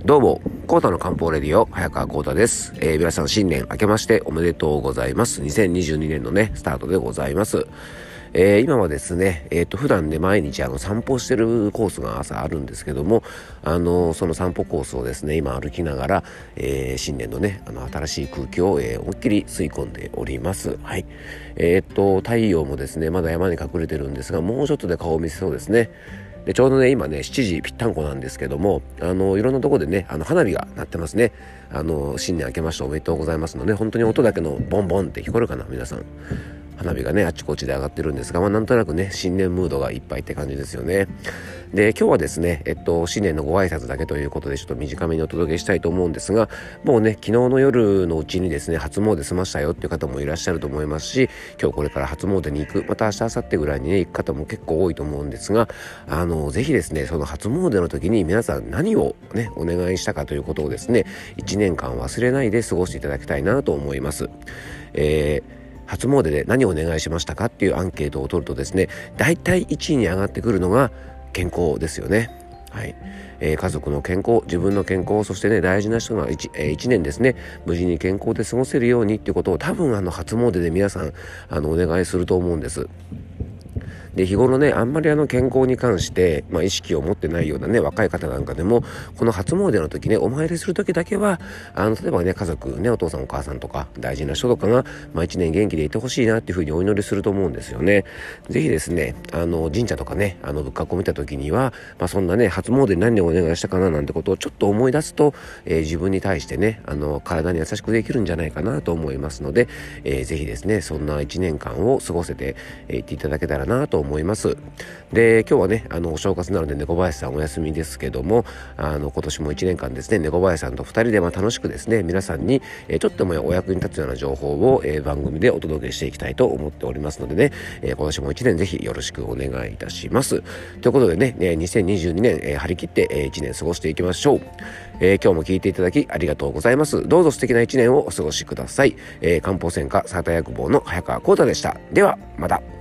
どうも、コータの漢方レディオ、早川コータです。皆さん新年明けましておめでとうございます。2022年のね、スタートでございます。今はですね、普段ね、毎日散歩してるコースが朝あるんですけども、その散歩コースをですね、今歩きながら、新年のね、新しい空気を、思いっきり吸い込んでおります。はい。太陽もですね、まだ山に隠れてるんですが、もうちょっとで顔を見せそうですね。でちょうどね今ね7時ぴったんこなんですけども、いろんなところでね花火が鳴ってますね。新年明けましておめでとうございますので、本当に音だけのボンボンって聞こえるかな皆さん。花火がねあっちこっちで上がってるんですが、なんとなくね新年ムードがいっぱいって感じですよね。で今日はですね新年のご挨拶だけということでちょっと短めにお届けしたいと思うんですが、もうね昨日の夜のうちにですね初詣済ましたよっていう方もいらっしゃると思いますし、今日これから初詣に行く、また明日明後日ぐらいにね行く方も結構多いと思うんですが、ぜひですねその初詣の時に皆さん何をねお願いしたかということをですね1年間忘れないで過ごしていただきたいなと思います。初詣で何をお願いしましたかっていうアンケートを取るとですね、だいたい1位に上がってくるのが健康ですよね。はい。家族の健康、自分の健康、そしてね大事な人が1年ですね無事に健康で過ごせるようにっていうことを多分初詣で皆さんお願いすると思うんです。で日頃ねあんまり健康に関して、意識を持ってないようなね若い方なんかでも、この初詣の時ねお参りする時だけは例えばね家族ねお父さんお母さんとか大事な人とかが、一年元気でいてほしいなっていうふうにお祈りすると思うんですよね。ぜひですね神社とかね仏閣を見た時には、そんなね初詣に何をお願いしたかななんてことをちょっと思い出すと、自分に対してね体に優しくできるんじゃないかなと思いますので、ぜひですねそんな1年間を過ごせていっていただけたらなと思います。で今日はねお正月なので猫林さんお休みですけども、今年も1年間ですね猫林さんと2人で楽しくですね皆さんにちょっともお役に立つような情報を番組でお届けしていきたいと思っておりますのでね、今年も1年ぜひよろしくお願いいたします。ということでね2022年張り切って1年過ごしていきましょう。今日も聞いていただきありがとうございます。どうぞ素敵な1年をお過ごしください。漢方専科サーター薬房の早川浩太でした。ではまた。